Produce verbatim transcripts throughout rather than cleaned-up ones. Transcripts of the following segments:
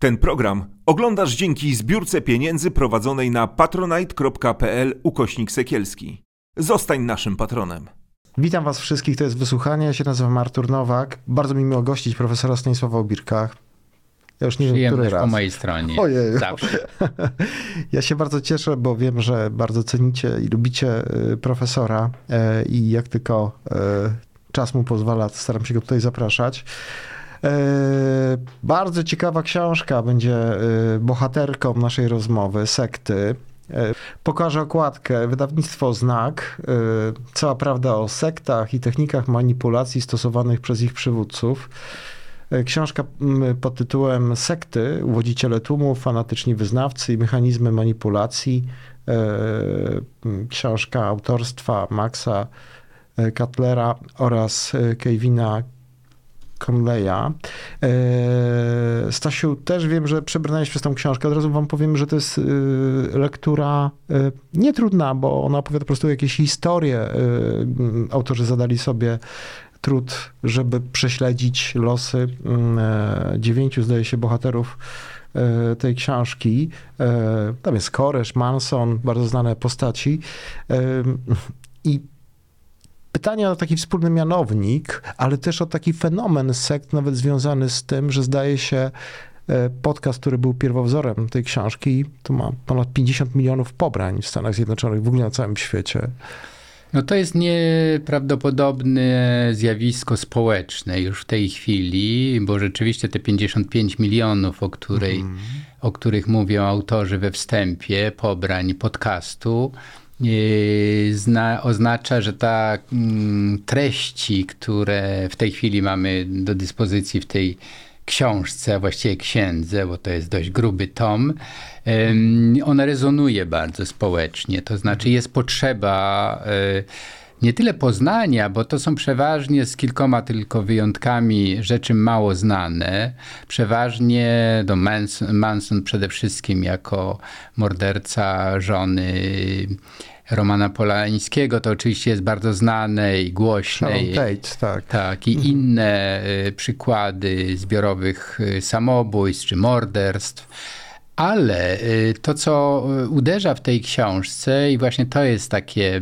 Ten program oglądasz dzięki zbiórce pieniędzy prowadzonej na patronite.pl ukośnik Sekielski. Zostań naszym patronem. Witam was wszystkich, to jest Wysłuchanie. Ja się nazywam Artur Nowak. Bardzo mi miło gościć profesora Stanisława Ubirka. Ja już nie wiem, który raz. Po mojej stronie. Ojej. Zawsze. Ja się bardzo cieszę, bo wiem, że bardzo cenicie i lubicie profesora i jak tylko czas mu pozwala, to staram się go tutaj zapraszać. Bardzo ciekawa książka będzie bohaterką naszej rozmowy, Sekty. Pokażę okładkę. Wydawnictwo Znak. Cała prawda o sektach i technikach manipulacji stosowanych przez ich przywódców. Książka pod tytułem Sekty, uwodziciele tłumów, fanatyczni wyznawcy i mechanizmy manipulacji. Książka autorstwa Maxa Cutlera oraz Kevina Conleya. Stasiu, też wiem, że przebrnąłeś przez tą książkę. Od razu wam powiem, że to jest lektura nietrudna, bo ona opowiada po prostu jakieś historie. Autorzy zadali sobie trud, żeby prześledzić losy dziewięciu, zdaje się, bohaterów tej książki. Tam jest Koresh, Manson, bardzo znane postaci. I pytanie o taki wspólny mianownik, ale też o taki fenomen sekt, nawet związany z tym, że zdaje się podcast, który był pierwowzorem tej książki, to ma ponad pięćdziesiąt milionów pobrań w Stanach Zjednoczonych, w ogóle na całym świecie. No to jest nieprawdopodobne zjawisko społeczne już w tej chwili, bo rzeczywiście te pięćdziesiąt pięć milionów, o, której, mm. o których mówią autorzy we wstępie pobrań podcastu, Zna, oznacza, że ta mm, treści, które w tej chwili mamy do dyspozycji w tej książce, a właściwie księdze, bo to jest dość gruby tom, um, ona rezonuje bardzo społecznie. To znaczy jest potrzeba y, nie tyle poznania, bo to są przeważnie z kilkoma tylko wyjątkami rzeczy mało znane. Przeważnie do Manson, Manson przede wszystkim jako morderca żony Romana Polańskiego, to oczywiście jest bardzo znane i głośne. Sharon Tate, tak. Tak, i mhm. inne y, przykłady zbiorowych y, samobójstw czy morderstw. Ale y, to, co uderza w tej książce i właśnie to jest takie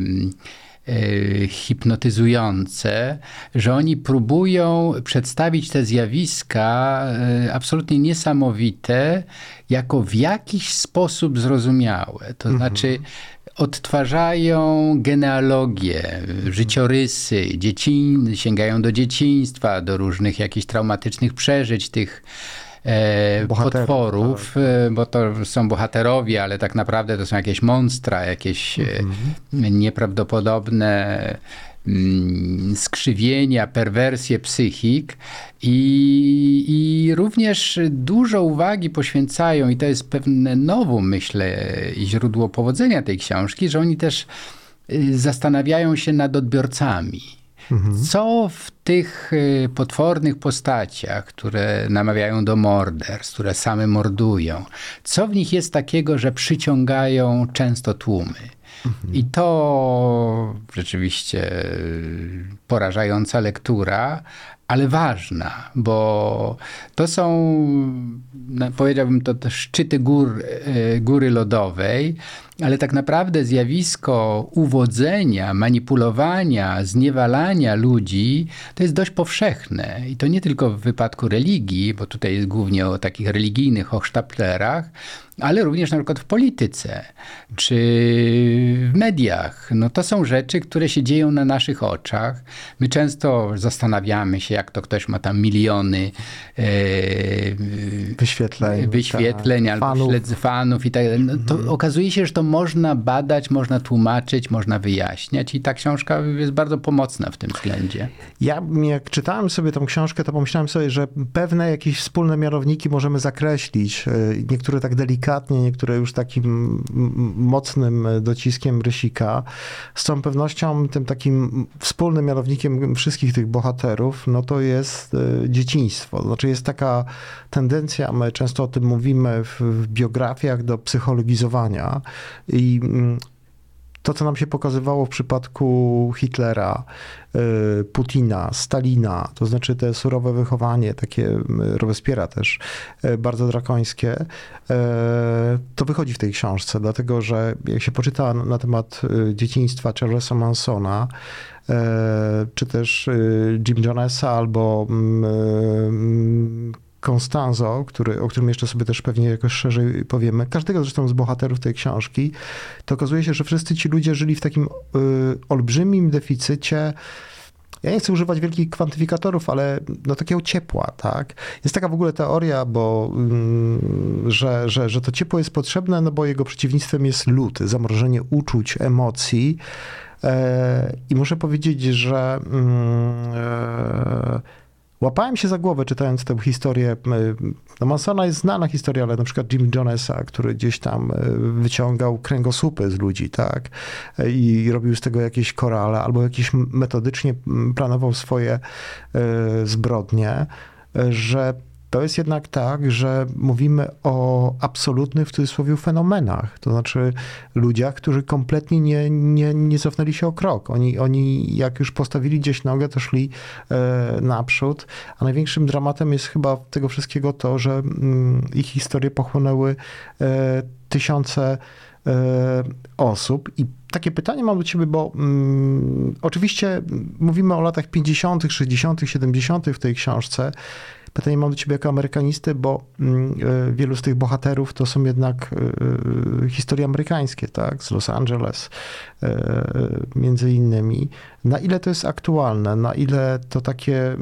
y, hipnotyzujące, że oni próbują przedstawić te zjawiska y, absolutnie niesamowite jako w jakiś sposób zrozumiałe. To mhm. znaczy odtwarzają genealogię, życiorysy, dziecin, sięgają do dzieciństwa, do różnych jakichś traumatycznych przeżyć tych e, potworów, tak. Bo to są bohaterowie, ale tak naprawdę to są jakieś monstra, jakieś mm-hmm. nieprawdopodobne mm, skrzywienia, perwersje psychik i, i również dużo uwagi poświęcają, i to jest pewne novum, myślę, i źródło powodzenia tej książki, że oni też zastanawiają się nad odbiorcami. Mhm. Co w tych potwornych postaciach, które namawiają do morderstw, które same mordują, co w nich jest takiego, że przyciągają często tłumy? Mhm. I to rzeczywiście porażająca lektura, ale ważna, bo to są, powiedziałbym, to te szczyty gór, góry lodowej, ale tak naprawdę zjawisko uwodzenia, manipulowania, zniewalania ludzi to jest dość powszechne. I to nie tylko w wypadku religii, bo tutaj jest głównie o takich religijnych hochsztaplerach, ale również na przykład w polityce czy w mediach. No to są rzeczy, które się dzieją na naszych oczach. My często zastanawiamy się, jak to ktoś ma tam miliony e, wyświetleń, wyświetleń tak, albo fanów. śledzy fanów i tak dalej. No to mhm. okazuje się, że to można badać, można tłumaczyć, można wyjaśniać i ta książka jest bardzo pomocna w tym względzie. Ja jak czytałem sobie tą książkę, to pomyślałem sobie, że pewne jakieś wspólne mianowniki możemy zakreślić. Niektóre tak delikatnie, niektóre już takim mocnym dociskiem rysika. Z całą pewnością tym takim wspólnym mianownikiem wszystkich tych bohaterów, no to jest dzieciństwo. Znaczy jest taka tendencja, my często o tym mówimy w, w biografiach, do psychologizowania i to, co nam się pokazywało w przypadku Hitlera, Putina, Stalina, to znaczy te surowe wychowanie, takie Robespiera też, bardzo drakońskie, to wychodzi w tej książce, dlatego że jak się poczyta na temat dzieciństwa Charlesa Mansona, czy też Jim Jonesa albo Constanzo, który, o którym jeszcze sobie też pewnie jakoś szerzej powiemy, każdego zresztą z bohaterów tej książki, to okazuje się, że wszyscy ci ludzie żyli w takim y, olbrzymim deficycie. Ja nie chcę używać wielkich kwantyfikatorów, ale no takiego ciepła, tak? Jest taka w ogóle teoria, bo, mm, że, że, że to ciepło jest potrzebne, no bo jego przeciwieństwem jest lód, zamrożenie uczuć, emocji. E, I muszę powiedzieć, że mm, e, łapałem się za głowę, czytając tę historię. No Mansona jest znana historia, ale na przykład Jim Jonesa, który gdzieś tam wyciągał kręgosłupy z ludzi, tak? I robił z tego jakieś korale, albo jakieś metodycznie planował swoje zbrodnie, że to jest jednak tak, że mówimy o absolutnych, w cudzysłowie, fenomenach. To znaczy ludziach, którzy kompletnie nie, nie, nie cofnęli się o krok. Oni, oni jak już postawili gdzieś nogę, to szli e, naprzód. A największym dramatem jest chyba tego wszystkiego to, że mm, ich historie pochłonęły e, tysiące e, osób. I takie pytanie mam do ciebie, bo mm, oczywiście mówimy o latach pięćdziesiątych, sześćdziesiątych, siedemdziesiątych w tej książce. Pytanie mam do ciebie jako amerykanisty, bo y, wielu z tych bohaterów to są jednak y, historie amerykańskie, tak, z Los Angeles y, między innymi. Na ile to jest aktualne, na ile to takie y,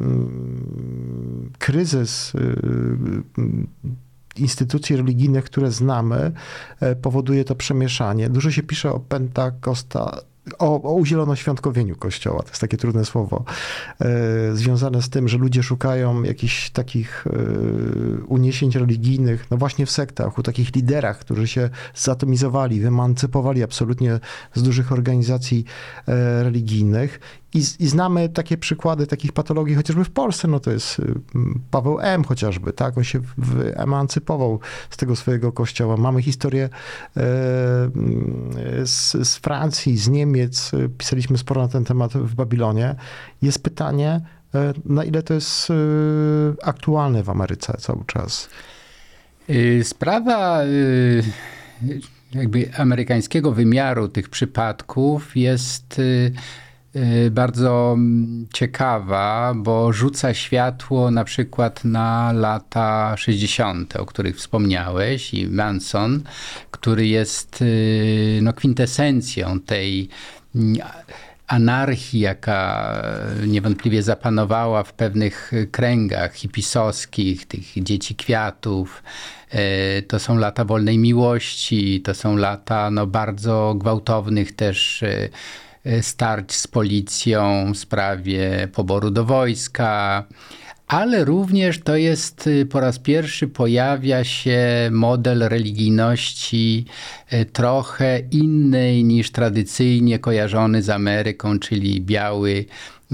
kryzys y, instytucji religijnych, które znamy, y, powoduje to przemieszanie. Dużo się pisze o Pentakosta, O, o uzielonoświątkowieniu Kościoła, to jest takie trudne słowo, e, związane z tym, że ludzie szukają jakichś takich e, uniesień religijnych, no właśnie w sektach, u takich liderach, którzy się zatomizowali, wyemancypowali absolutnie z dużych organizacji e, religijnych. I, I znamy takie przykłady takich patologii, chociażby w Polsce, no to jest Paweł M. chociażby, tak, on się wyemancypował z tego swojego kościoła. Mamy historię e, z, z Francji, z Niemiec, pisaliśmy sporo na ten temat w Babilonie. Jest pytanie, e, na ile to jest e, aktualne w Ameryce cały czas? Sprawa jakby amerykańskiego wymiaru tych przypadków jest bardzo ciekawa, bo rzuca światło na przykład na lata sześćdziesiąte, o których wspomniałeś, i Manson, który jest no, kwintesencją tej anarchii, jaka niewątpliwie zapanowała w pewnych kręgach hipisowskich, tych dzieci kwiatów. To są lata wolnej miłości, to są lata no, bardzo gwałtownych też starć z policją w sprawie poboru do wojska, ale również to jest po raz pierwszy pojawia się model religijności trochę innej niż tradycyjnie kojarzony z Ameryką, czyli biały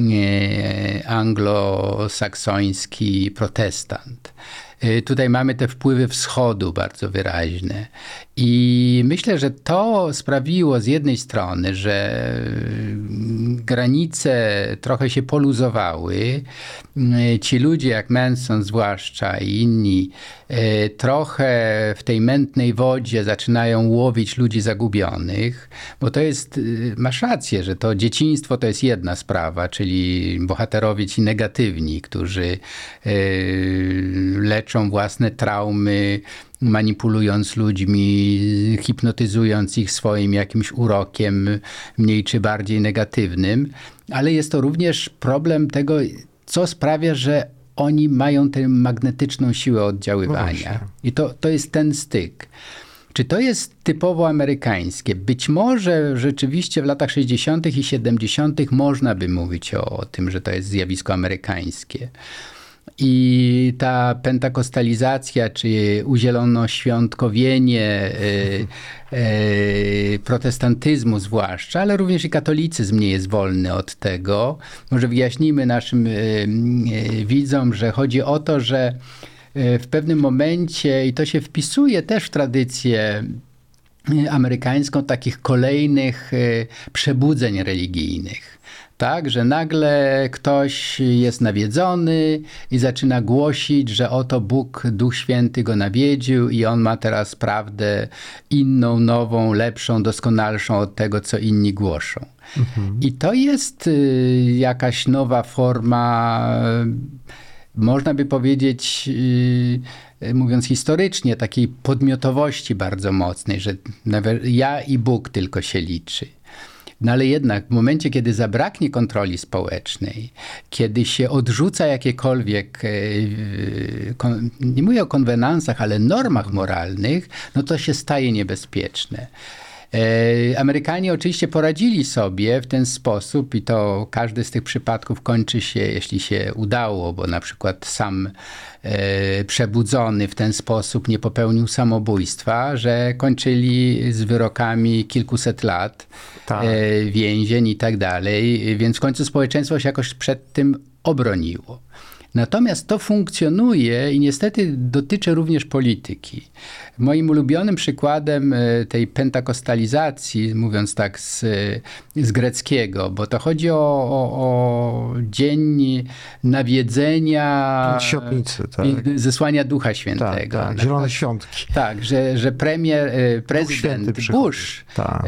anglosaksoński protestant. Tutaj mamy te wpływy wschodu bardzo wyraźne. I myślę, że to sprawiło z jednej strony, że granice trochę się poluzowały. Ci ludzie, jak Manson zwłaszcza i inni, trochę w tej mętnej wodzie zaczynają łowić ludzi zagubionych, bo to jest, masz rację, że to dzieciństwo to jest jedna sprawa, czyli bohaterowie ci negatywni, którzy leczą własne traumy, manipulując ludźmi, hipnotyzując ich swoim jakimś urokiem, mniej czy bardziej negatywnym, ale jest to również problem tego, co sprawia, że oni mają tę magnetyczną siłę oddziaływania. No I to, to jest ten styk. Czy to jest typowo amerykańskie? Być może rzeczywiście w latach sześćdziesiątych i siedemdziesiątych można by mówić o, o tym, że to jest zjawisko amerykańskie. I ta pentakostalizacja, czy uzielonoświątkowienie y, y, protestantyzmu zwłaszcza, ale również i katolicyzm nie jest wolny od tego. Może wyjaśnijmy naszym y, y, widzom, że chodzi o to, że y, w pewnym momencie, i to się wpisuje też w tradycję amerykańską takich kolejnych przebudzeń religijnych. Tak, że nagle ktoś jest nawiedzony i zaczyna głosić, że oto Bóg, Duch Święty go nawiedził i on ma teraz prawdę inną, nową, lepszą, doskonalszą od tego, co inni głoszą. Mhm. I to jest jakaś nowa forma, można by powiedzieć, mówiąc historycznie, takiej podmiotowości bardzo mocnej, że ja i Bóg tylko się liczy. No ale jednak w momencie, kiedy zabraknie kontroli społecznej, kiedy się odrzuca jakiekolwiek, nie mówię o konwenansach, ale normach moralnych, no to się staje niebezpieczne. Amerykanie oczywiście poradzili sobie w ten sposób i to każdy z tych przypadków kończy się, jeśli się udało, bo na przykład sam e, przebudzony w ten sposób nie popełnił samobójstwa, że kończyli z wyrokami kilkuset lat tak. e, więzień i tak dalej, więc w końcu społeczeństwo się jakoś przed tym obroniło. Natomiast to funkcjonuje i niestety dotyczy również polityki. Moim ulubionym przykładem tej pentakostalizacji, mówiąc tak z, z greckiego, bo to chodzi o, o, o dzień nawiedzenia, Świątnicy, tak. zesłania Ducha Świętego. Tak, tak. Zielone świątki. Tak, że, że premier, prezydent Bush tak.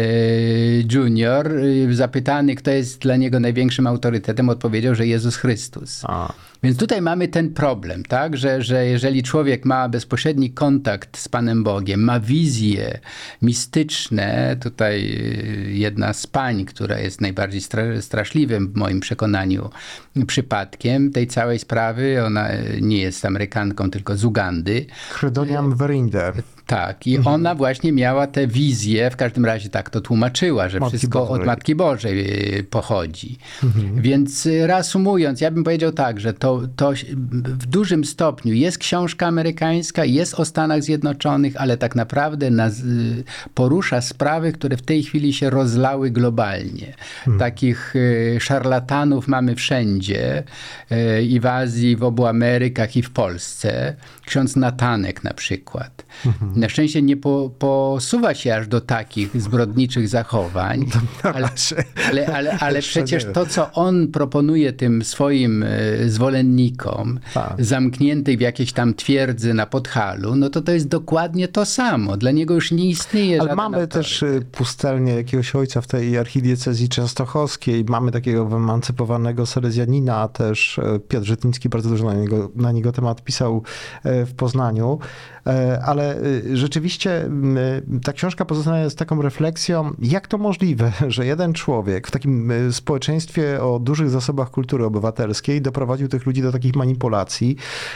junior, zapytany, kto jest dla niego największym autorytetem, odpowiedział, że Jezus Chrystus. A. Więc tutaj mamy ten problem, tak, że, że jeżeli człowiek ma bezpośredni kontakt z Panem Bogiem, ma wizje mistyczne, tutaj jedna z pań, która jest najbardziej stra- straszliwym w moim przekonaniu przypadkiem tej całej sprawy, ona nie jest Amerykanką, tylko z Ugandy. Credonia Mwerinde. Tak, i mhm. ona właśnie miała tę wizję, w każdym razie tak to tłumaczyła, że Matki wszystko Bożej. Od Matki Bożej pochodzi. Mhm. Więc reasumując, ja bym powiedział tak, że to, to w dużym stopniu jest książka amerykańska, jest o Stanach Zjednoczonych, ale tak naprawdę naz- porusza sprawy, które w tej chwili się rozlały globalnie. Mhm. Takich szarlatanów mamy wszędzie, i w Azji, i w obu Amerykach, i w Polsce. Ksiądz Natanek na przykład. Mhm. Na szczęście nie po, posuwa się aż do takich zbrodniczych zachowań, ale, ale, ale, ale przecież to, co on proponuje tym swoim zwolennikom, tak. zamkniętych w jakiejś tam twierdzy na Podhalu, no to to jest dokładnie to samo. Dla niego już nie istnieje ale żaden mamy autorytet. też pustelnię jakiegoś ojca w tej archidiecezji częstochowskiej. Mamy takiego wyemancypowanego salezjanina, też Piotr Żytnicki bardzo dużo na niego, na niego temat pisał w Poznaniu. Ale rzeczywiście ta książka pozostaje z taką refleksją, jak to możliwe, że jeden człowiek w takim społeczeństwie o dużych zasobach kultury obywatelskiej doprowadził tych ludzi do takich manipulacji.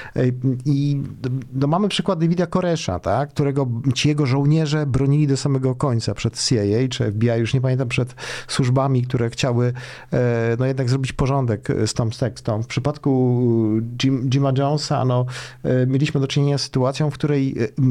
I no, mamy przykład Davida Koresha, tak, którego ci jego żołnierze bronili do samego końca przed C I A czy F B I, już nie pamiętam, przed służbami, które chciały no, jednak zrobić porządek z tą tekstą. W przypadku Jim, Jima Jonesa no, mieliśmy do czynienia z sytuacją, w której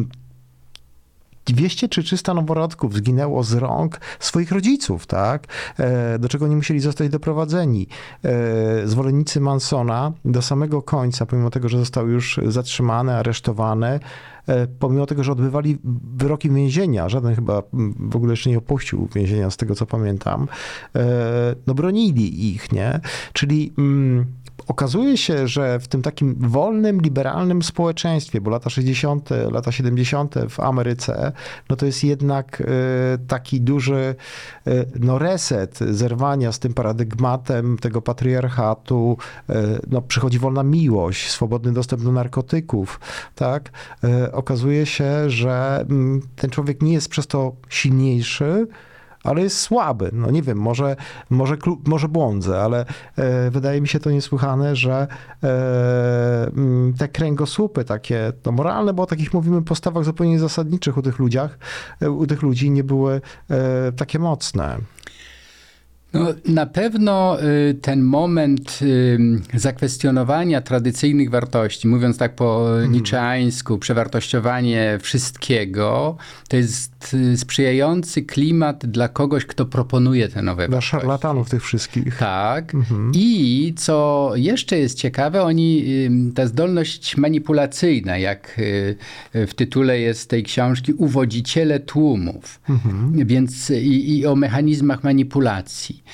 dwieście czy trzysta noworodków zginęło z rąk swoich rodziców, tak? Do czego nie musieli zostać doprowadzeni. Zwolennicy Mansona do samego końca, pomimo tego, że zostały już zatrzymane, aresztowane, pomimo tego, że odbywali wyroki więzienia, żaden chyba w ogóle jeszcze nie opuścił więzienia, z tego co pamiętam, no bronili ich, nie? Czyli mm, okazuje się, że w tym takim wolnym, liberalnym społeczeństwie, bo lata sześćdziesiąte, lata siedemdziesiąte w Ameryce, no to jest jednak taki duży no reset, zerwania z tym paradygmatem tego patriarchatu, no przychodzi wolna miłość, swobodny dostęp do narkotyków, tak? Okazuje się, że ten człowiek nie jest przez to silniejszy, ale jest słaby. No nie wiem, może, może, może błądzę, ale e, wydaje mi się to niesłychane, że e, te kręgosłupy takie no moralne, bo o takich mówimy postawach zupełnie zasadniczych u tych ludziach, u tych ludzi nie były e, takie mocne. No, na pewno y, ten moment y, zakwestionowania tradycyjnych wartości, mówiąc tak po niczeańsku, przewartościowanie wszystkiego, to jest y, sprzyjający klimat dla kogoś, kto proponuje te nowe Dla wartości. szarlatanów tych wszystkich. Tak. Mhm. I co jeszcze jest ciekawe, oni, y, ta zdolność manipulacyjna, jak y, w tytule jest tej książki, Uwodziciele tłumów, Mhm. więc i, i o mechanizmach manipulacji,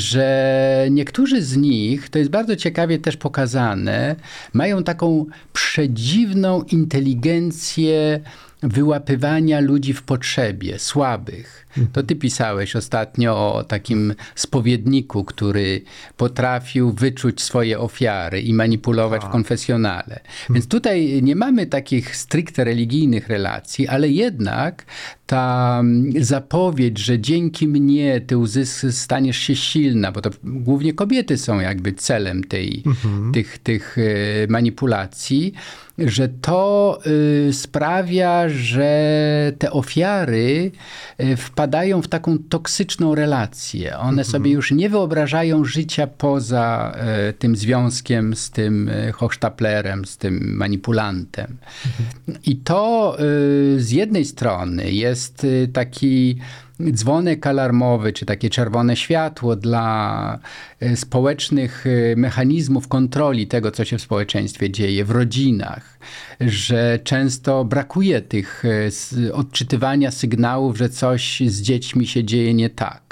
że niektórzy z nich, to jest bardzo ciekawie też pokazane, mają taką przedziwną inteligencję wyłapywania ludzi w potrzebie, słabych. To ty pisałeś ostatnio o takim spowiedniku, który potrafił wyczuć swoje ofiary i manipulować w konfesjonale. Więc tutaj nie mamy takich stricte religijnych relacji, ale jednak ta zapowiedź, że dzięki mnie ty uzys- staniesz się silna, bo to głównie kobiety są jakby celem tej, mhm. tych, tych manipulacji, że to y, sprawia, że te ofiary y, wpadają w taką toksyczną relację. One mhm. sobie już nie wyobrażają życia poza y, tym związkiem z tym y, Hochstaplerem, z tym manipulantem. Mhm. I to y, z jednej strony jest y, taki dzwonek alarmowy, czy takie czerwone światło dla społecznych mechanizmów kontroli tego, co się w społeczeństwie dzieje, w rodzinach, że często brakuje tych odczytywania sygnałów, że coś z dziećmi się dzieje nie tak.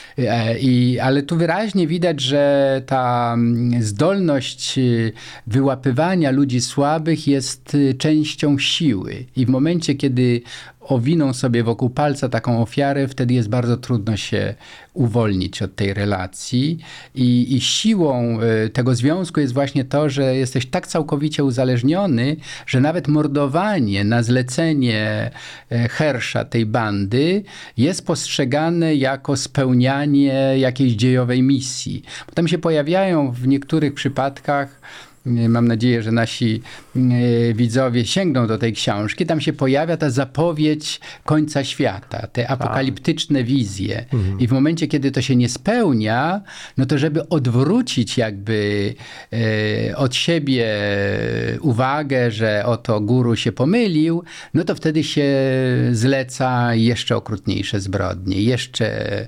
I, ale tu wyraźnie widać, że ta zdolność wyłapywania ludzi słabych jest częścią siły. I w momencie, kiedy owiną sobie wokół palca taką ofiarę, wtedy jest bardzo trudno się uwolnić od tej relacji. I, i siłą tego związku jest właśnie to, że jesteś tak całkowicie uzależniony, że nawet mordowanie na zlecenie Herscha, tej bandy, jest postrzegane jako spełnianie jakiejś dziejowej misji. Bo tam się pojawiają w niektórych przypadkach, mam nadzieję, że nasi widzowie sięgną do tej książki, tam się pojawia ta zapowiedź końca świata, te apokaliptyczne wizje. Mhm. I w momencie, kiedy to się nie spełnia, no to żeby odwrócić jakby e, od siebie uwagę, że oto guru się pomylił, no to wtedy się zleca jeszcze okrutniejsze zbrodnie, jeszcze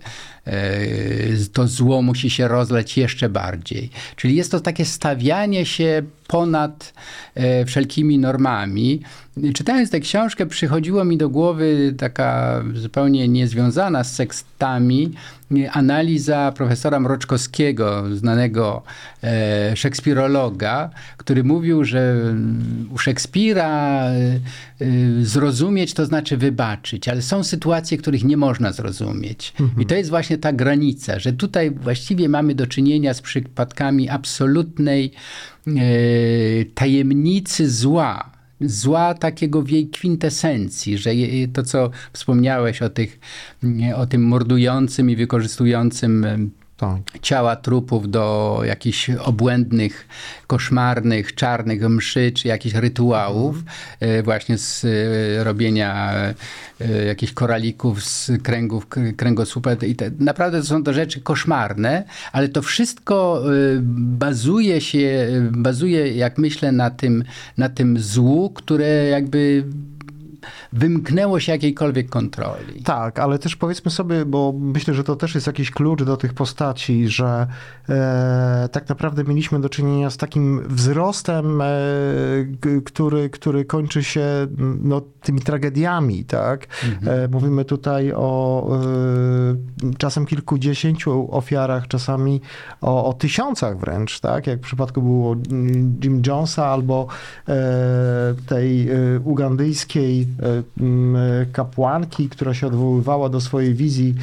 to zło musi się rozleć jeszcze bardziej. Czyli jest to takie stawianie się ponad e, wszelkimi normami. Czytając tę książkę, przychodziło mi do głowy taka zupełnie niezwiązana z sekstami analiza profesora Mroczkowskiego, znanego e, szekspirologa, który mówił, że u Szekspira e, zrozumieć to znaczy wybaczyć, ale są sytuacje, których nie można zrozumieć. Mhm. I to jest właśnie ta granica, że tutaj właściwie mamy do czynienia z przypadkami absolutnej e, tajemnicy zła. Zła takiego w jej kwintesencji, że to, co wspomniałeś o, tych, o tym mordującym i wykorzystującym tak. ciała trupów do jakichś obłędnych, koszmarnych, czarnych mszy, czy jakichś rytuałów, mhm. właśnie z robienia jakichś koralików z kręgów, kręgosłupa. I te, naprawdę to są to rzeczy koszmarne, ale to wszystko bazuje się, bazuje, jak myślę, na tym, na tym złu, które jakby wymknęło się jakiejkolwiek kontroli. Tak, ale też powiedzmy sobie, bo myślę, że to też jest jakiś klucz do tych postaci, że e, tak naprawdę mieliśmy do czynienia z takim wzrostem, e, który, który kończy się no, tymi tragediami, tak? Mhm. E, mówimy tutaj o e, czasem kilkudziesięciu ofiarach, czasami o, o tysiącach wręcz, tak? Jak w przypadku było Jim Jonesa albo e, tej e, ugandyjskiej kapłanki, która się odwoływała do swojej wizji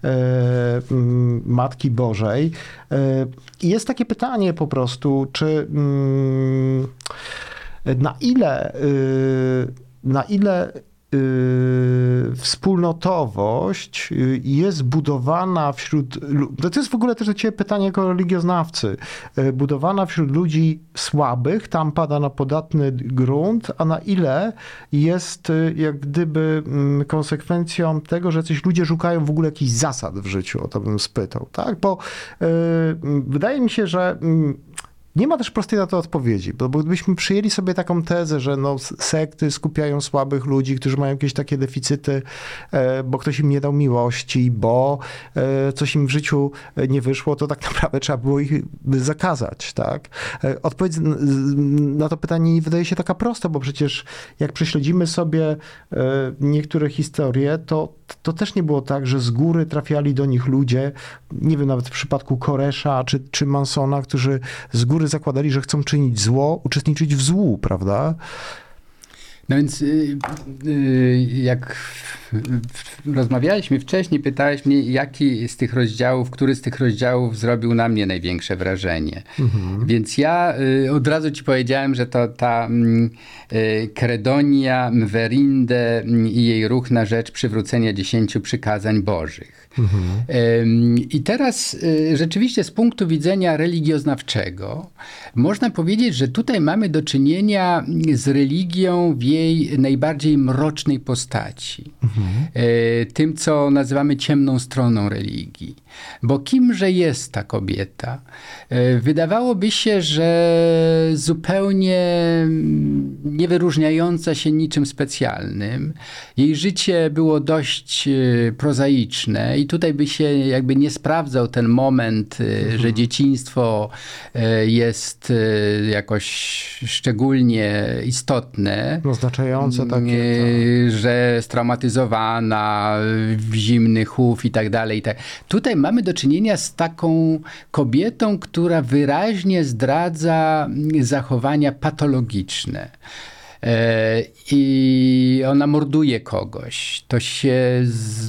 Matki Bożej. I jest takie pytanie po prostu, czy na ile, na ile Yy, wspólnotowość yy, jest budowana wśród, to jest w ogóle też do ciebie pytanie jako religioznawcy, yy, budowana wśród ludzi słabych, tam pada na podatny grunt, a na ile jest yy, jak gdyby yy, konsekwencją tego, że jacyś ludzie szukają w ogóle jakichś zasad w życiu, o to bym spytał, tak? Bo yy, wydaje mi się, że yy, nie ma też prostej na to odpowiedzi, bo gdybyśmy przyjęli sobie taką tezę, że no, sekty skupiają słabych ludzi, którzy mają jakieś takie deficyty, bo ktoś im nie dał miłości, bo coś im w życiu nie wyszło, to tak naprawdę trzeba było ich zakazać, tak? Odpowiedź na to pytanie nie wydaje się taka prosta, bo przecież jak prześledzimy sobie niektóre historie, to, to też nie było tak, że z góry trafiali do nich ludzie, nie wiem, nawet w przypadku Koresza czy, czy Mansona, którzy z góry zakładali, że chcą czynić zło, uczestniczyć w złu, prawda? No więc jak rozmawialiśmy wcześniej, pytałeś mnie, jaki z tych rozdziałów, który z tych rozdziałów zrobił na mnie największe wrażenie. Mhm. Więc ja od razu ci powiedziałem, że to ta Kredonia Mwerinde i jej ruch na rzecz przywrócenia dziesięciu przykazań bożych. Mhm. I teraz rzeczywiście z punktu widzenia religioznawczego można powiedzieć, że tutaj mamy do czynienia z religią w jej najbardziej mrocznej postaci. Mhm. Tym, co nazywamy ciemną stroną religii. Bo kimże jest ta kobieta? Wydawałoby się, że zupełnie nie wyróżniająca się niczym specjalnym. Jej życie było dość prozaiczne i tutaj by się jakby nie sprawdzał ten moment, mhm. że dzieciństwo jest jakoś szczególnie istotne. No, znaczące takie. To... Że straumatyzowana, w zimny chów i tak dalej. Tutaj mamy do czynienia z taką kobietą, która wyraźnie zdradza zachowania patologiczne. I ona morduje kogoś. To się z...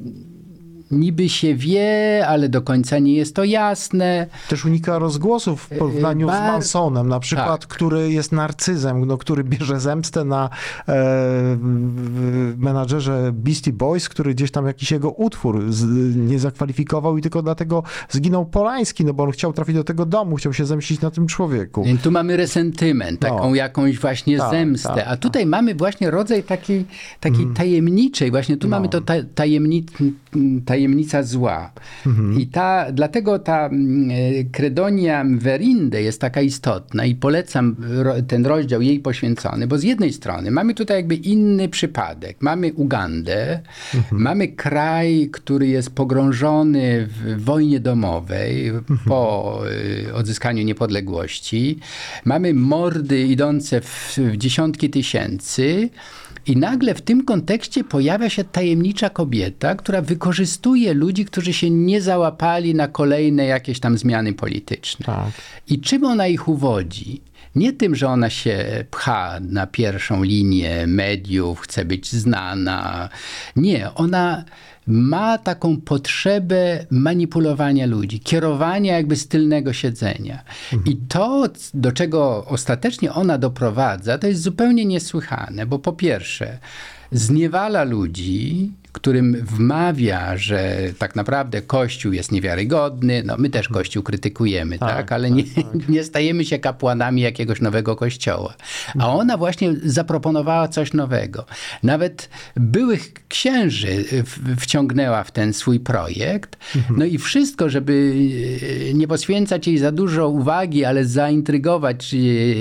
niby się wie, ale do końca nie jest to jasne. Też unika rozgłosów w porównaniu Bar... z Mansonem, na przykład, tak. który jest narcyzem, no, który bierze zemstę na e, menadżerze Beastie Boys, który gdzieś tam jakiś jego utwór z, nie zakwalifikował i tylko dlatego zginął Polański, no bo on chciał trafić do tego domu, chciał się zemścić na tym człowieku. I tu mamy resentyment, taką no. jakąś właśnie tak, zemstę, tak, a tutaj tak. mamy właśnie rodzaj takiej, takiej mm. tajemniczej, właśnie tu no. mamy to taj, tajemnic, tajemnica zła. Mhm. I ta, dlatego ta Kredonia Mwerinde jest taka istotna i polecam ro, ten rozdział jej poświęcony, bo z jednej strony mamy tutaj jakby inny przypadek. Mamy Ugandę, mhm. mamy kraj, który jest pogrążony w wojnie domowej mhm. po odzyskaniu niepodległości. Mamy mordy idące w, w dziesiątki tysięcy. I nagle w tym kontekście pojawia się tajemnicza kobieta, która wykorzystuje ludzi, którzy się nie załapali na kolejne jakieś tam zmiany polityczne. Tak. I czym ona ich uwodzi? Nie tym, że ona się pcha na pierwszą linię mediów, chce być znana. Nie, ona ma taką potrzebę manipulowania ludzi, kierowania jakby z tylnego siedzenia. Mhm. I to, do czego ostatecznie ona doprowadza, to jest zupełnie niesłychane, bo po pierwsze zniewala ludzi, którym wmawia, że tak naprawdę Kościół jest niewiarygodny. No my też Kościół krytykujemy, tak? tak? Ale tak, nie, tak. nie stajemy się kapłanami jakiegoś nowego kościoła. A ona właśnie zaproponowała coś nowego. Nawet byłych księży wciągnęła w ten swój projekt. No i wszystko, żeby nie poświęcać jej za dużo uwagi, ale zaintrygować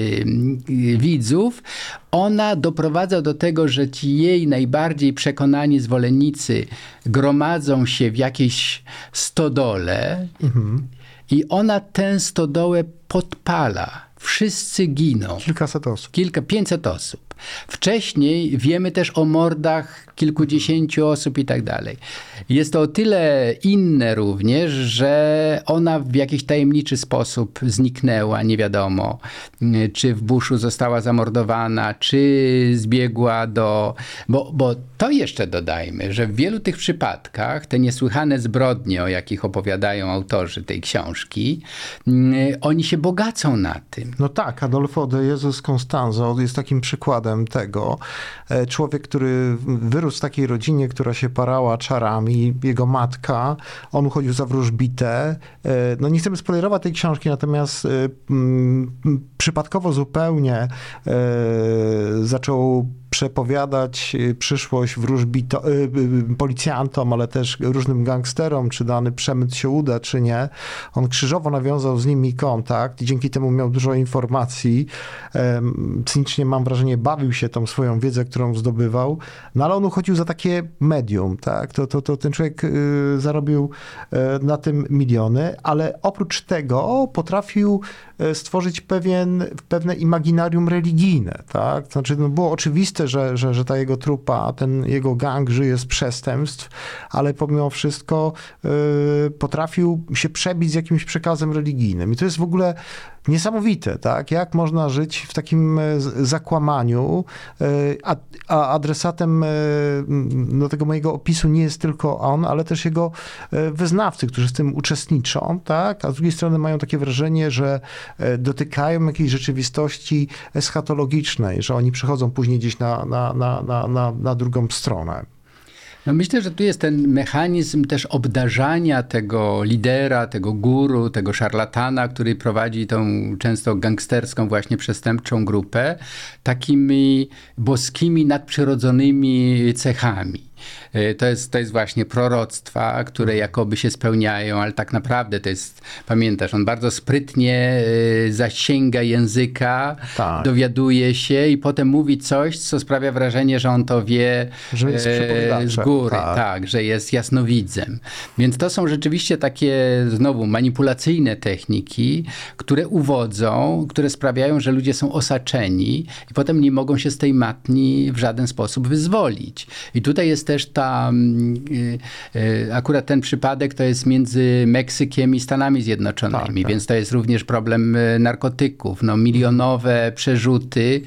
widzów, ona doprowadza do tego, że ci jej najbardziej przekonani zwolennicy gromadzą się w jakiejś stodole mhm. i ona tę stodołę podpala. Wszyscy giną. Kilkaset osób. Kilka, pięćset osób. Wcześniej wiemy też o mordach kilkudziesięciu osób i tak dalej. Jest to o tyle inne również, że ona w jakiś tajemniczy sposób zniknęła, nie wiadomo, czy w buszu została zamordowana, czy zbiegła do... Bo, bo to jeszcze dodajmy, że w wielu tych przypadkach te niesłychane zbrodnie, o jakich opowiadają autorzy tej książki, oni się bogacą na tym. No tak, Adolfo de Jesus Constanzo jest takim przykładem. przykładem tego. Człowiek, który wyrósł w takiej rodzinie, która się parała czarami, jego matka, on uchodził za wróżbitę. No nie chcemy spoilerować tej książki, natomiast mm, przypadkowo zupełnie e, zaczął przepowiadać przyszłość wróżbito, policjantom, ale też różnym gangsterom, czy dany przemyt się uda, czy nie. On krzyżowo nawiązał z nimi kontakt i dzięki temu miał dużo informacji. Cynicznie, mam wrażenie, bawił się tą swoją wiedzę, którą zdobywał, no ale on uchodził za takie medium, tak? To, to, to ten człowiek zarobił na tym miliony, ale oprócz tego potrafił stworzyć pewien, pewne imaginarium religijne, tak? Znaczy, no było oczywiste, że, że, że ta jego trupa, ten jego gang żyje z przestępstw, ale pomimo wszystko y, potrafił się przebić z jakimś przekazem religijnym. I to jest w ogóle niesamowite, tak? Jak można żyć w takim zakłamaniu, a, a adresatem no, tego mojego opisu nie jest tylko on, ale też jego wyznawcy, którzy w tym uczestniczą, tak? A z drugiej strony mają takie wrażenie, że dotykają jakiejś rzeczywistości eschatologicznej, że oni przechodzą później gdzieś na, na, na, na, na, na drugą stronę. No myślę, że tu jest ten mechanizm też obdarzania tego lidera, tego guru, tego szarlatana, który prowadzi tą często gangsterską właśnie przestępczą grupę, takimi boskimi, nadprzyrodzonymi cechami. To jest, to jest właśnie proroctwa, które jakoby się spełniają, ale tak naprawdę to jest, pamiętasz, on bardzo sprytnie zasięga języka, tak. dowiaduje się i potem mówi coś, co sprawia wrażenie, że on to wie że jest z góry, tak. tak, że jest jasnowidzem. Więc to są rzeczywiście takie, znowu, manipulacyjne techniki, które uwodzą, które sprawiają, że ludzie są osaczeni i potem nie mogą się z tej matni w żaden sposób wyzwolić. I tutaj jest też ta, akurat ten przypadek to jest między Meksykiem i Stanami Zjednoczonymi, tak, tak. więc to jest również problem narkotyków. No, milionowe przerzuty,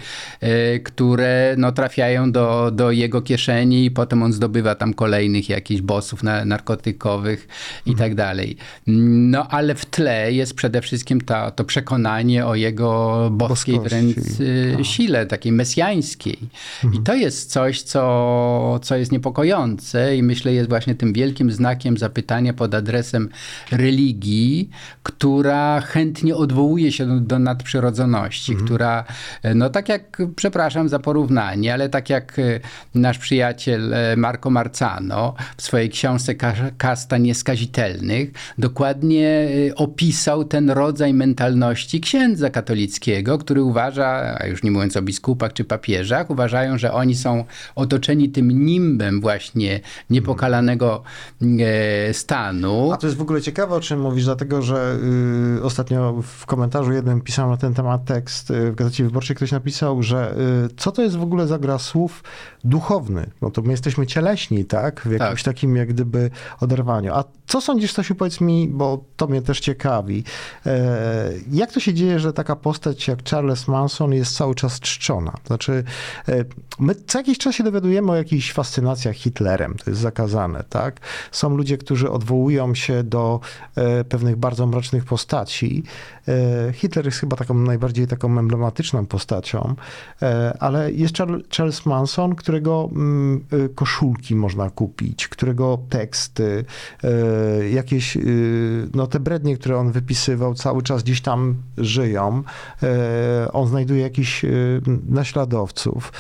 które no, trafiają do, do jego kieszeni i potem on zdobywa tam kolejnych jakichś bossów na, narkotykowych i mhm. tak dalej. No, ale w tle jest przede wszystkim ta, to przekonanie o jego boskiej Boskości. wręcz tak. sile, takiej mesjańskiej. Mhm. I to jest coś, co, co jest niepokojące i myślę jest właśnie tym wielkim znakiem zapytania pod adresem religii, która chętnie odwołuje się do, do nadprzyrodzoności, mhm. która, no tak jak, przepraszam za porównanie, ale tak jak nasz przyjaciel Marco Marzano w swojej książce Kasta Nieskazitelnych dokładnie opisał ten rodzaj mentalności księdza katolickiego, który uważa, a już nie mówiąc o biskupach czy papieżach, uważają, że oni są otoczeni tym nimbem właśnie niepokalanego e, stanu. A to jest w ogóle ciekawe, o czym mówisz, dlatego, że y, ostatnio w komentarzu jednym pisałem na ten temat tekst y, w Gazecie Wyborczej, ktoś napisał, że y, co to jest w ogóle za gra słów duchowny? No to my jesteśmy cieleśni, tak? W jakimś tak. takim jak gdyby oderwaniu. A co sądzisz, Stasiu, powiedz mi, bo to mnie też ciekawi. E, jak to się dzieje, że taka postać jak Charles Manson jest cały czas czczona? Znaczy, e, my co jakiś czas się dowiadujemy o jakichś fascynacjach Hitlerem, to jest zakazane, tak? Są ludzie, którzy odwołują się do e, pewnych bardzo mrocznych postaci. E, Hitler jest chyba taką najbardziej taką emblematyczną postacią, e, ale jest Charles Manson, którego mm, koszulki można kupić, którego teksty, e, jakieś, no te brednie, które on wypisywał, cały czas gdzieś tam żyją. On znajduje jakichś naśladowców.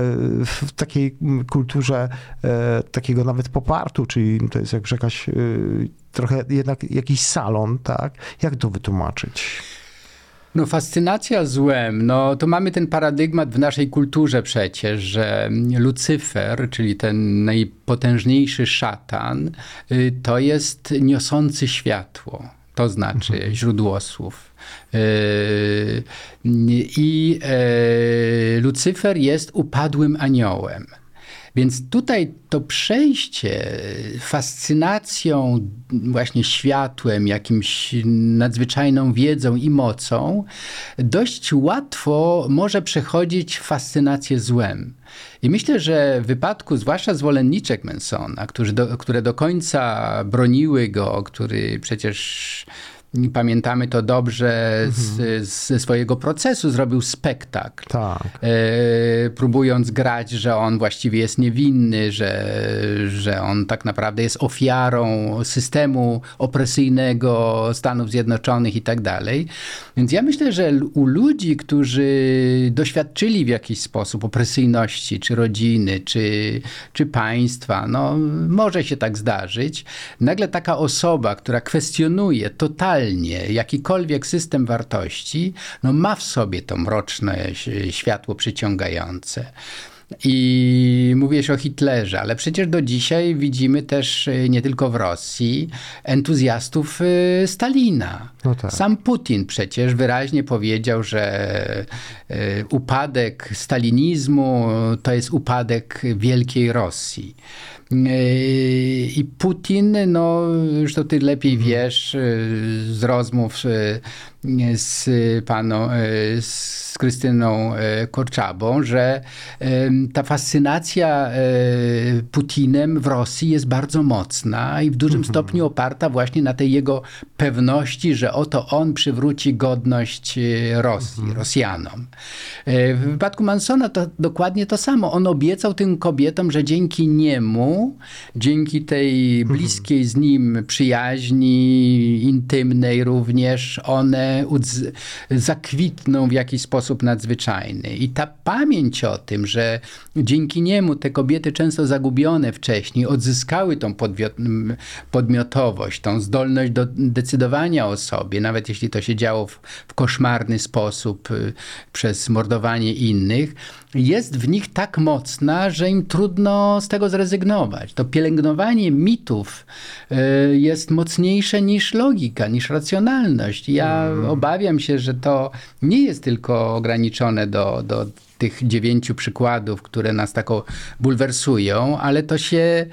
W takiej kulturze takiego nawet popartu, czyli to jest jakby jakaś trochę jednak jakiś salon, tak? Jak to wytłumaczyć? No fascynacja złem, no to mamy ten paradygmat w naszej kulturze przecież, że Lucyfer, czyli ten najpotężniejszy szatan, to jest niosący światło, to znaczy mhm. źródłosłów. I Lucyfer jest upadłym aniołem. Więc tutaj to przejście fascynacją właśnie światłem, jakimś nadzwyczajną wiedzą i mocą, dość łatwo może przechodzić fascynację złem. I myślę, że w wypadku zwłaszcza zwolenniczek Mansona, którzy do, które do końca broniły go, który przecież pamiętamy to dobrze z, ze swojego procesu, zrobił spektakl. Tak. E, próbując grać, że on właściwie jest niewinny, że, że on tak naprawdę jest ofiarą systemu opresyjnego Stanów Zjednoczonych i tak dalej. Więc ja myślę, że u ludzi, którzy doświadczyli w jakiś sposób opresyjności, czy rodziny, czy, czy państwa, no może się tak zdarzyć. Nagle taka osoba, która kwestionuje totalnie jakikolwiek system wartości, no ma w sobie to mroczne światło przyciągające. I mówisz o Hitlerze, ale przecież do dzisiaj widzimy też nie tylko w Rosji entuzjastów Stalina. No tak. Sam Putin przecież wyraźnie powiedział, że upadek stalinizmu to jest upadek wielkiej Rosji. I Putin, no już to ty lepiej wiesz z rozmów z paną, z Krystyną Korczabą, że ta fascynacja Putinem w Rosji jest bardzo mocna i w dużym mhm. stopniu oparta właśnie na tej jego pewności, że oto on przywróci godność Rosji, mhm. Rosjanom. W wypadku Mansona to dokładnie to samo. On obiecał tym kobietom, że dzięki niemu, dzięki tej bliskiej z nim przyjaźni, intymnej również, one udz- zakwitną w jakiś sposób nadzwyczajny. I ta pamięć o tym, że dzięki niemu te kobiety często zagubione wcześniej odzyskały tą podwiot- podmiotowość, tą zdolność do decydowania o sobie, nawet jeśli to się działo w, w koszmarny sposób y, przez mordowanie innych, jest w nich tak mocna, że im trudno z tego zrezygnować. To pielęgnowanie mitów y, jest mocniejsze niż logika, niż racjonalność. Ja mm. obawiam się, że to nie jest tylko ograniczone do, do tych dziewięciu przykładów, które nas tak bulwersują, ale to się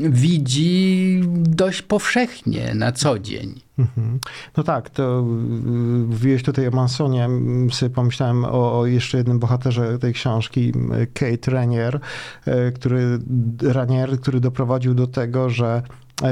widzi dość powszechnie na co dzień. No tak, to mówiłeś tutaj o Mansonie, sobie pomyślałem o, o jeszcze jednym bohaterze tej książki, Kate Raniere, który, Raniere, który doprowadził do tego, że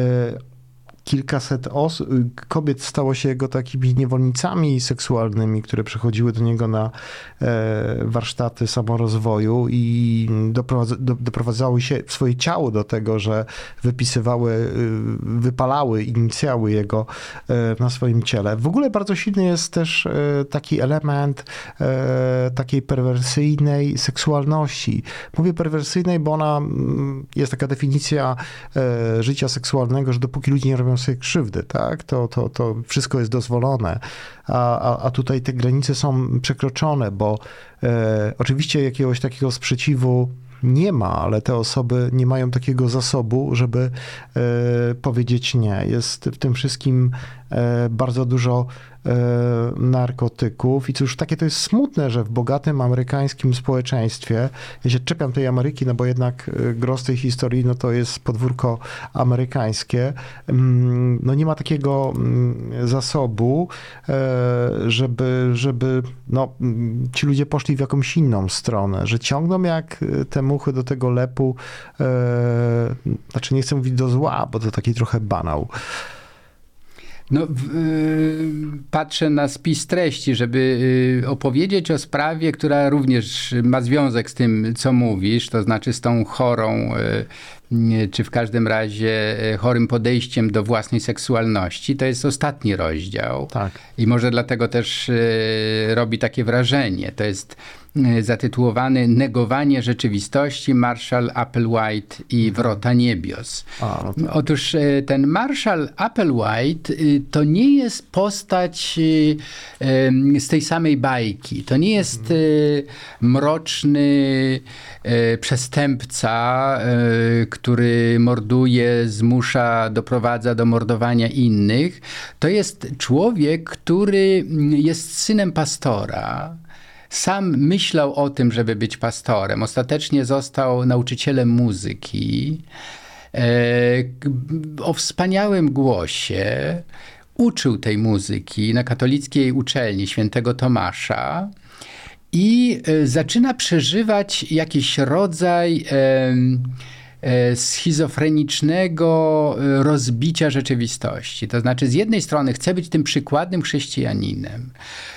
kilkaset osób, kobiet stało się jego takimi niewolnicami seksualnymi, które przychodziły do niego na e, warsztaty samorozwoju i doprowadza, do, doprowadzały się swoje ciało do tego, że wypisywały, wypalały inicjały jego e, na swoim ciele. W ogóle bardzo silny jest też e, taki element e, takiej perwersyjnej seksualności. Mówię perwersyjnej, bo ona jest taka definicja e, życia seksualnego, że dopóki ludzie nie robią sobie krzywdy, tak? To, to, to wszystko jest dozwolone, a, a, a tutaj te granice są przekroczone, bo e, oczywiście jakiegoś takiego sprzeciwu nie ma, ale te osoby nie mają takiego zasobu, żeby e, powiedzieć nie. Jest w tym wszystkim e, bardzo dużo e, narkotyków i cóż, takie to jest smutne, że w bogatym amerykańskim społeczeństwie, ja się czepiam tej Ameryki, no bo jednak gros tej historii, no to jest podwórko amerykańskie, no nie ma takiego zasobu, żeby, żeby no, ci ludzie poszli w jakąś inną stronę, że ciągną jak te muchy do tego lepu, znaczy nie chcę mówić do zła, bo to taki trochę banał. No, w, y, patrzę na spis treści, żeby y, opowiedzieć o sprawie, która również ma związek z tym, co mówisz, to znaczy z tą chorą, y, czy w każdym razie chorym podejściem do własnej seksualności. To jest ostatni rozdział. Tak. I może dlatego też y, robi takie wrażenie. To jest zatytułowany Negowanie rzeczywistości, Marshall Applewhite i Wrota niebios. A, no tak. Otóż ten Marshall Applewhite to nie jest postać z tej samej bajki. To nie jest mhm. mroczny przestępca, który morduje, zmusza, doprowadza do mordowania innych. To jest człowiek, który jest synem pastora. Sam myślał o tym, żeby być pastorem. Ostatecznie został nauczycielem muzyki. E, o wspaniałym głosie. Uczył tej muzyki na katolickiej uczelni świętego Tomasza i e, zaczyna przeżywać jakiś rodzaj e, schizofrenicznego rozbicia rzeczywistości. To znaczy z jednej strony chce być tym przykładnym chrześcijaninem,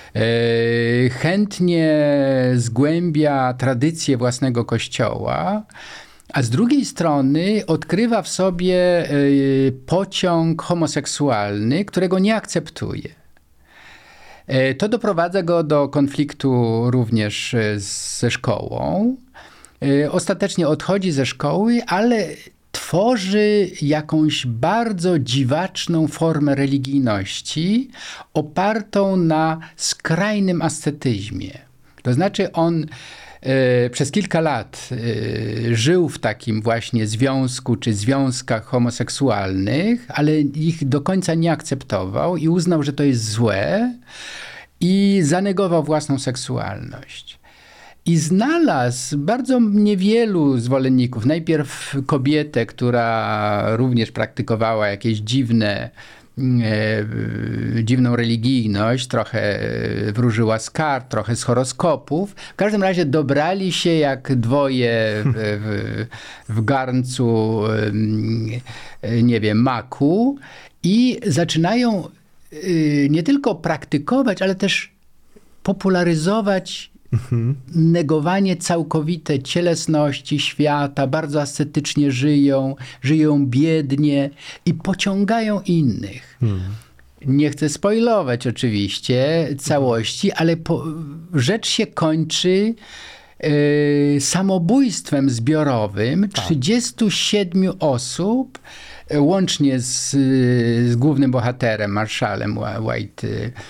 chętnie zgłębia tradycję własnego kościoła, a z drugiej strony odkrywa w sobie pociąg homoseksualny, którego nie akceptuje. To doprowadza go do konfliktu również ze szkołą. Ostatecznie odchodzi ze szkoły, ale tworzy jakąś bardzo dziwaczną formę religijności opartą na skrajnym ascetyzmie. To znaczy on e, przez kilka lat e, żył w takim właśnie związku czy związkach homoseksualnych, ale ich do końca nie akceptował i uznał, że to jest złe i zanegował własną seksualność. I znalazł bardzo niewielu zwolenników. Najpierw kobietę, która również praktykowała jakieś dziwne, e, dziwną religijność, trochę wróżyła z kart, trochę z horoskopów. W każdym razie dobrali się jak dwoje w, w, w garncu, e, nie wiem, maku i zaczynają e, nie tylko praktykować, ale też popularyzować Mhm. negowanie całkowite cielesności, świata, bardzo ascetycznie żyją, żyją biednie i pociągają innych. Hmm. Nie chcę spoilować oczywiście całości, ale po, rzecz się kończy y, samobójstwem zbiorowym tak. trzydziestu siedmiu osób, łącznie z, z głównym bohaterem, marszalem White,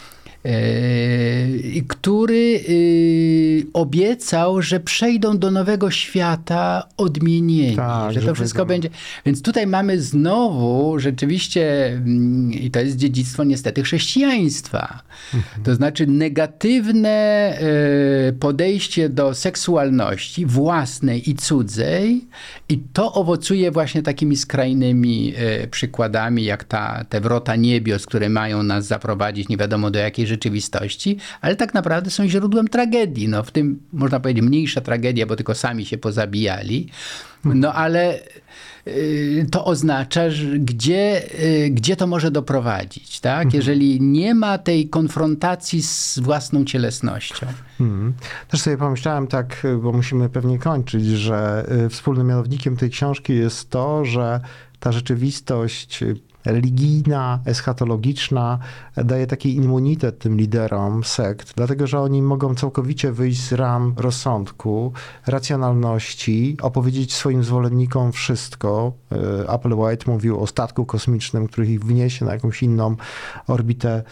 Yy, który yy, obiecał, że przejdą do nowego świata odmienieni, tak, że to wszystko będzie. Więc tutaj mamy znowu rzeczywiście, yy, i to jest dziedzictwo niestety chrześcijaństwa, mhm. to znaczy negatywne yy, podejście do seksualności własnej i cudzej i to owocuje właśnie takimi skrajnymi yy, przykładami, jak ta, te wrota niebios, które mają nas zaprowadzić nie wiadomo do jakiej rzeczywistości, ale tak naprawdę są źródłem tragedii. No, w tym można powiedzieć mniejsza tragedia, bo tylko sami się pozabijali. No ale y, to oznacza, że gdzie, y, gdzie to może doprowadzić, tak? Mhm. Jeżeli nie ma tej konfrontacji z własną cielesnością. Mhm. Też sobie pomyślałem tak, bo musimy pewnie kończyć, że wspólnym mianownikiem tej książki jest to, że ta rzeczywistość religijna, eschatologiczna daje taki immunitet tym liderom sekt, dlatego że oni mogą całkowicie wyjść z ram rozsądku, racjonalności, opowiedzieć swoim zwolennikom wszystko. Applewhite mówił o statku kosmicznym, który ich wniesie na jakąś inną orbitę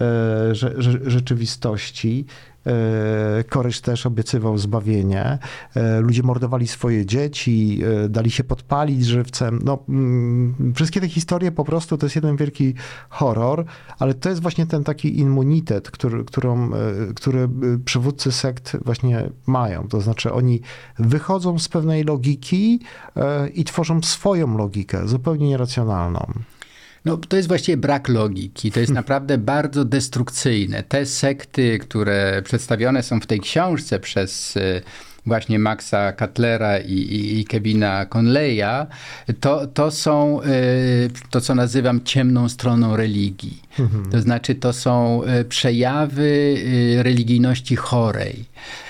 rzeczywistości. Korysz też obiecywał zbawienie. Ludzie mordowali swoje dzieci, dali się podpalić żywcem. No, wszystkie te historie po prostu to jest jeden wielki horror, ale to jest właśnie ten taki immunitet, który, którą, który przywódcy sekt właśnie mają. To znaczy oni wychodzą z pewnej logiki i tworzą swoją logikę, zupełnie nieracjonalną. No, to jest właściwie brak logiki. To jest naprawdę bardzo destrukcyjne. Te sekty, które przedstawione są w tej książce przez właśnie Maxa Cutlera i, i, i Kevina Conleya, to, to są to, co nazywam ciemną stroną religii. Mhm. To znaczy, to są przejawy religijności chorej.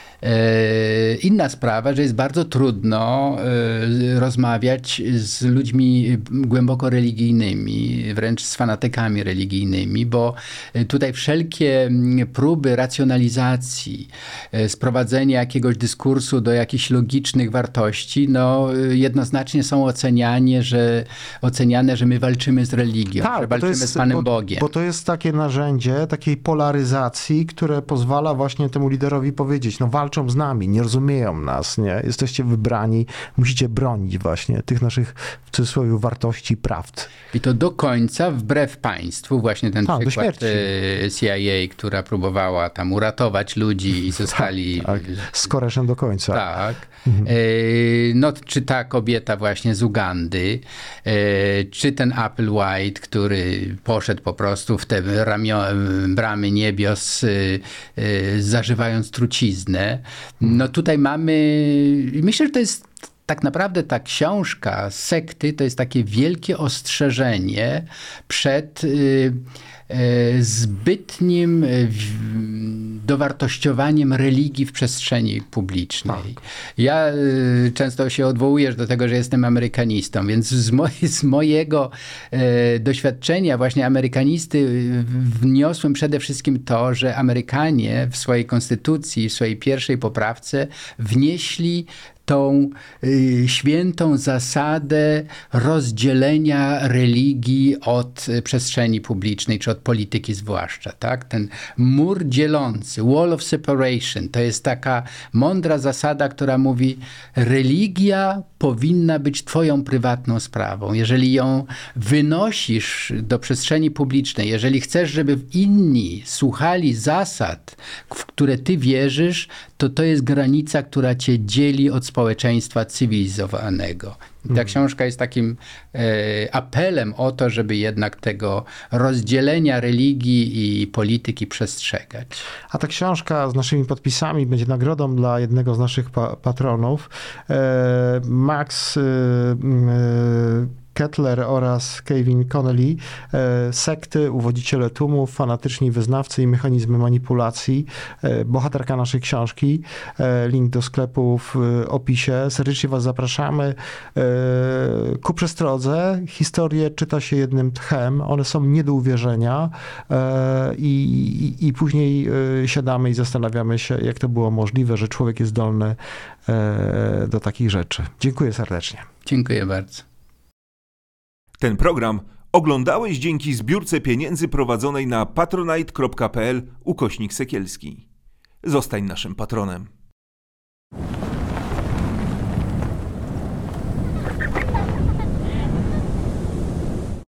Inna sprawa, że jest bardzo trudno rozmawiać z ludźmi głęboko religijnymi, wręcz z fanatykami religijnymi, bo tutaj wszelkie próby racjonalizacji, sprowadzenia jakiegoś dyskursu do jakichś logicznych wartości, no jednoznacznie są oceniane, że, oceniane, że my walczymy z religią, tak, że walczymy jest, z Panem bo, Bogiem. Bo to jest takie narzędzie takiej polaryzacji, które pozwala właśnie temu liderowi powiedzieć, no walczą z nami, nie rozumieją nas, nie? Jesteście wybrani, musicie bronić właśnie tych naszych, w cudzysłowie, wartości, prawd. I to do końca, wbrew państwu, właśnie ten tak, przykład C I A, która próbowała tam uratować ludzi i zostali... Tak, tak. Z Koreszem do końca. Tak. Mhm. No, czy ta kobieta właśnie z Ugandy, czy ten Applewhite, który poszedł po prostu w te ramio, bramy niebios, zażywając truciznę. No tutaj mamy, myślę, że to jest tak naprawdę ta książka Sekty to jest takie wielkie ostrzeżenie przed y, y, zbytnim y, dowartościowaniem religii w przestrzeni publicznej. Tak. Ja y, często się odwołuję do tego, że jestem amerykanistą, więc z, moj, z mojego y, doświadczenia właśnie amerykanisty wniosłem przede wszystkim to, że Amerykanie w swojej konstytucji, w swojej pierwszej poprawce wnieśli tą y, świętą zasadę rozdzielenia religii od y, przestrzeni publicznej, czy od polityki zwłaszcza. Tak? Ten mur dzielący, wall of separation, to jest taka mądra zasada, która mówi, religia powinna być twoją prywatną sprawą. Jeżeli ją wynosisz do przestrzeni publicznej, jeżeli chcesz, żeby inni słuchali zasad, w które ty wierzysz, to to jest granica, która cię dzieli od społeczeństwa cywilizowanego. Ta hmm. książka jest takim e, apelem o to, żeby jednak tego rozdzielenia religii i polityki przestrzegać. A ta książka z naszymi podpisami będzie nagrodą dla jednego z naszych pa- patronów. E, Max e, e, Kettler oraz Kevin Connelly, e, sekty, uwodziciele tłumów, fanatyczni wyznawcy i mechanizmy manipulacji. E, bohaterka naszej książki. E, link do sklepu w e, opisie. Serdecznie was zapraszamy. E, ku przestrodze. Historie czyta się jednym tchem. One są nie do uwierzenia. E, i, i, I później e, siadamy i zastanawiamy się, jak to było możliwe, że człowiek jest zdolny e, do takich rzeczy. Dziękuję serdecznie. Dziękuję bardzo. Ten program oglądałeś dzięki zbiórce pieniędzy prowadzonej na patronite kropka pl ukośnik Sekielski. Zostań naszym patronem.